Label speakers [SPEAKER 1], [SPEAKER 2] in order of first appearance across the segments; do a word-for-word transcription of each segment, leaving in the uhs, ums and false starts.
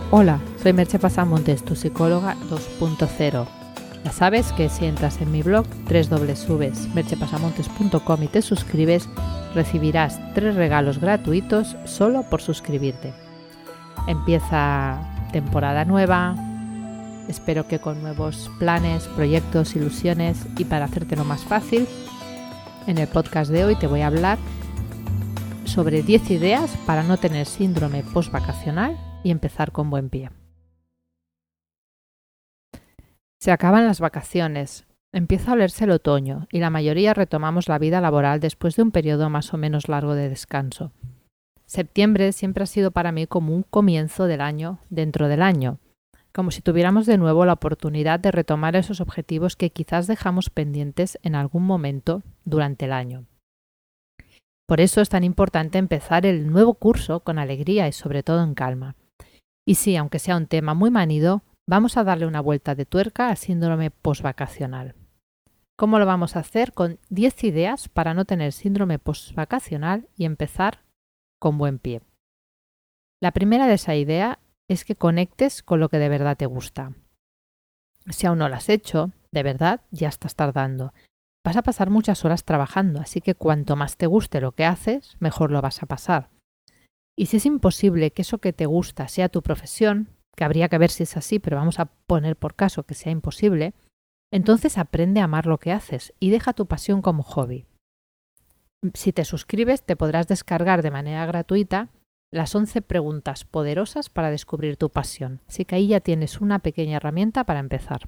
[SPEAKER 1] Hola, soy Merche Pasamontes, tu psicóloga dos punto cero. Ya sabes que si entras en mi blog doble u doble u doble u punto merche pasamontes punto com y te suscribes, recibirás tres regalos gratuitos solo por suscribirte. Empieza temporada nueva, espero que con nuevos planes, proyectos, ilusiones, y para hacértelo más fácil, en el podcast de hoy te voy a hablar sobre diez ideas para no tener síndrome postvacacional y empezar con buen pie. Se acaban las vacaciones, empieza a olerse el otoño y la mayoría retomamos la vida laboral después de un periodo más o menos largo de descanso. Septiembre siempre ha sido para mí como un comienzo del año dentro del año, como si tuviéramos de nuevo la oportunidad de retomar esos objetivos que quizás dejamos pendientes en algún momento durante el año. Por eso es tan importante empezar el nuevo curso con alegría y sobre todo en calma. Y sí, aunque sea un tema muy manido, vamos a darle una vuelta de tuerca al síndrome postvacacional. ¿Cómo lo vamos a hacer? Con diez ideas para no tener síndrome postvacacional y empezar con buen pie. La primera de esa idea es que conectes con lo que de verdad te gusta. Si aún no lo has hecho, de verdad ya estás tardando. Vas a pasar muchas horas trabajando, así que cuanto más te guste lo que haces, mejor lo vas a pasar. Y si es imposible que eso que te gusta sea tu profesión, que habría que ver si es así, pero vamos a poner por caso que sea imposible, entonces aprende a amar lo que haces y deja tu pasión como hobby. Si te suscribes, te podrás descargar de manera gratuita las once preguntas poderosas para descubrir tu pasión, así que ahí ya tienes una pequeña herramienta para empezar.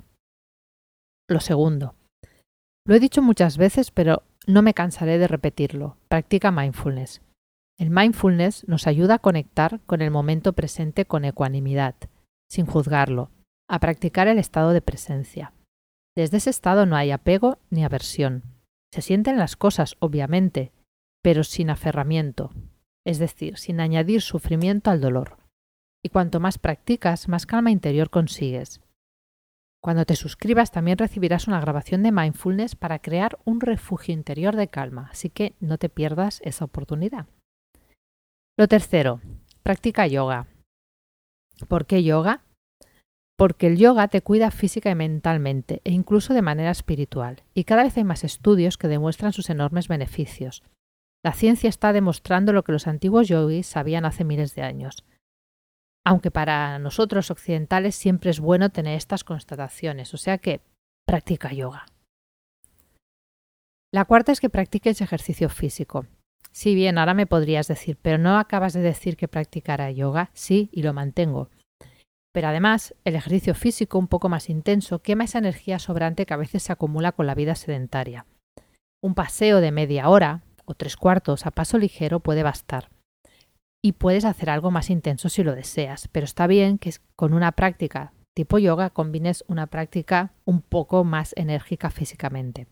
[SPEAKER 1] Lo segundo. Lo he dicho muchas veces, pero no me cansaré de repetirlo. Practica mindfulness. El mindfulness nos ayuda a conectar con el momento presente con ecuanimidad, sin juzgarlo, a practicar el estado de presencia. Desde ese estado no hay apego ni aversión. Se sienten las cosas, obviamente, pero sin aferramiento, es decir, sin añadir sufrimiento al dolor. Y cuanto más practicas, más calma interior consigues. Cuando te suscribas también recibirás una grabación de mindfulness para crear un refugio interior de calma, así que no te pierdas esa oportunidad. Lo tercero, practica yoga. ¿Por qué yoga? Porque el yoga te cuida física y mentalmente e incluso de manera espiritual, y cada vez hay más estudios que demuestran sus enormes beneficios. La ciencia está demostrando lo que los antiguos yogis sabían hace miles de años. Aunque para nosotros occidentales siempre es bueno tener estas constataciones, o sea que practica yoga. La cuarta es que practiques ejercicio físico. Sí, bien, ahora me podrías decir, pero no acabas de decir que practicara yoga. Sí, y lo mantengo. Pero además, el ejercicio físico un poco más intenso quema esa energía sobrante que a veces se acumula con la vida sedentaria. Un paseo de media hora o tres cuartos a paso ligero puede bastar. Y puedes hacer algo más intenso si lo deseas, pero está bien que con una práctica tipo yoga combines una práctica un poco más enérgica físicamente.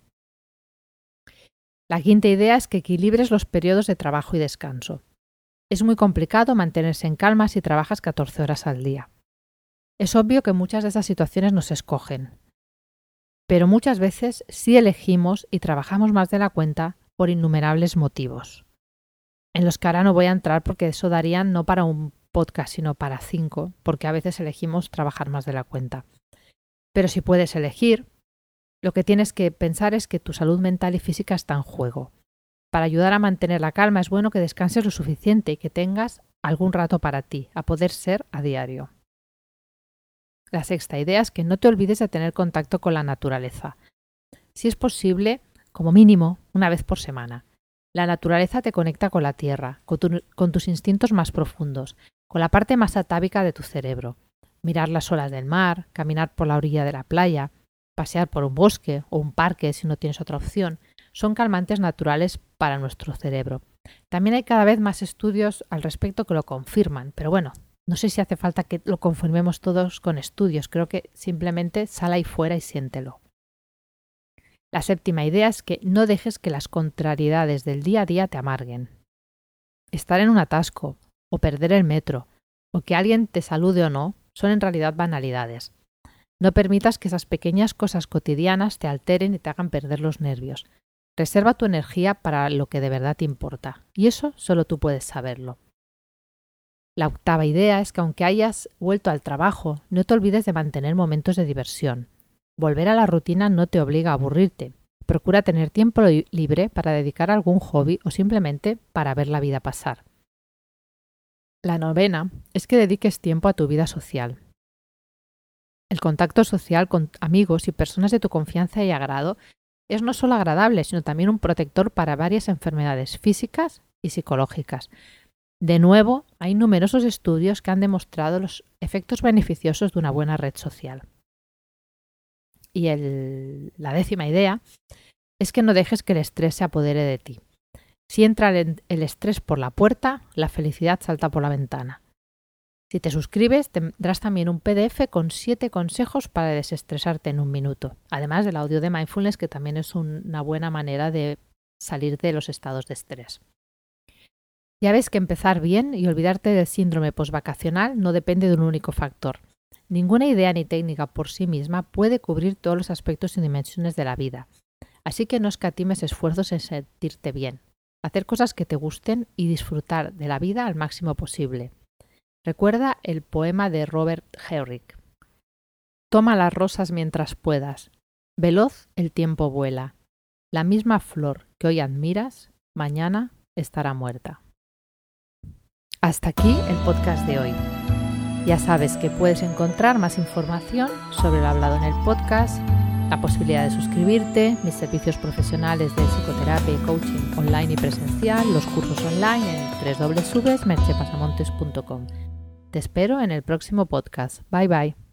[SPEAKER 1] La quinta idea es que equilibres los periodos de trabajo y descanso. Es muy complicado mantenerse en calma si trabajas catorce horas al día. Es obvio que muchas de esas situaciones nos escogen, pero muchas veces sí elegimos y trabajamos más de la cuenta por innumerables motivos, en los que ahora no voy a entrar porque eso daría no para un podcast sino para cinco, porque a veces elegimos trabajar más de la cuenta. Pero si puedes elegir, lo que tienes que pensar es que tu salud mental y física está en juego. Para ayudar a mantener la calma es bueno que descanses lo suficiente y que tengas algún rato para ti, a poder ser a diario. La sexta idea es que no te olvides de tener contacto con la naturaleza. Si es posible, como mínimo, una vez por semana. La naturaleza te conecta con la tierra, con, tu, con tus instintos más profundos, con la parte más atávica de tu cerebro. Mirar las olas del mar, caminar por la orilla de la playa, pasear por un bosque o un parque si no tienes otra opción, son calmantes naturales para nuestro cerebro. También hay cada vez más estudios al respecto que lo confirman, pero bueno, no sé si hace falta que lo confirmemos todos con estudios, creo que simplemente sal ahí fuera y siéntelo. La séptima idea es que no dejes que las contrariedades del día a día te amarguen. Estar en un atasco, o perder el metro, o que alguien te salude o no, son en realidad banalidades. No permitas que esas pequeñas cosas cotidianas te alteren y te hagan perder los nervios. Reserva tu energía para lo que de verdad te importa, y eso solo tú puedes saberlo. La octava idea es que aunque hayas vuelto al trabajo, no te olvides de mantener momentos de diversión. Volver a la rutina no te obliga a aburrirte. Procura tener tiempo libre para dedicar a algún hobby o simplemente para ver la vida pasar. La novena es que dediques tiempo a tu vida social. El contacto social con amigos y personas de tu confianza y agrado es no solo agradable, sino también un protector para varias enfermedades físicas y psicológicas. De nuevo, hay numerosos estudios que han demostrado los efectos beneficiosos de una buena red social. Y el, la décima idea es que no dejes que el estrés se apodere de ti. Si entra el, el estrés por la puerta, la felicidad salta por la ventana. Si te suscribes, tendrás también un P D F con siete consejos para desestresarte en un minuto, además del audio de mindfulness, que también es un, una buena manera de salir de los estados de estrés. Ya ves que empezar bien y olvidarte del síndrome postvacacional no depende de un único factor. Ninguna idea ni técnica por sí misma puede cubrir todos los aspectos y dimensiones de la vida. Así que no escatimes esfuerzos en sentirte bien, hacer cosas que te gusten y disfrutar de la vida al máximo posible. Recuerda el poema de Robert Herrick. Toma las rosas mientras puedas. Veloz el tiempo vuela. La misma flor que hoy admiras, mañana estará muerta. Hasta aquí el podcast de hoy. Ya sabes que puedes encontrar más información sobre lo hablado en el podcast, la posibilidad de suscribirte, mis servicios profesionales de psicoterapia y coaching online y presencial, los cursos online en doble u doble u doble u punto merche pasamontes punto com. Te espero en el próximo podcast. Bye bye.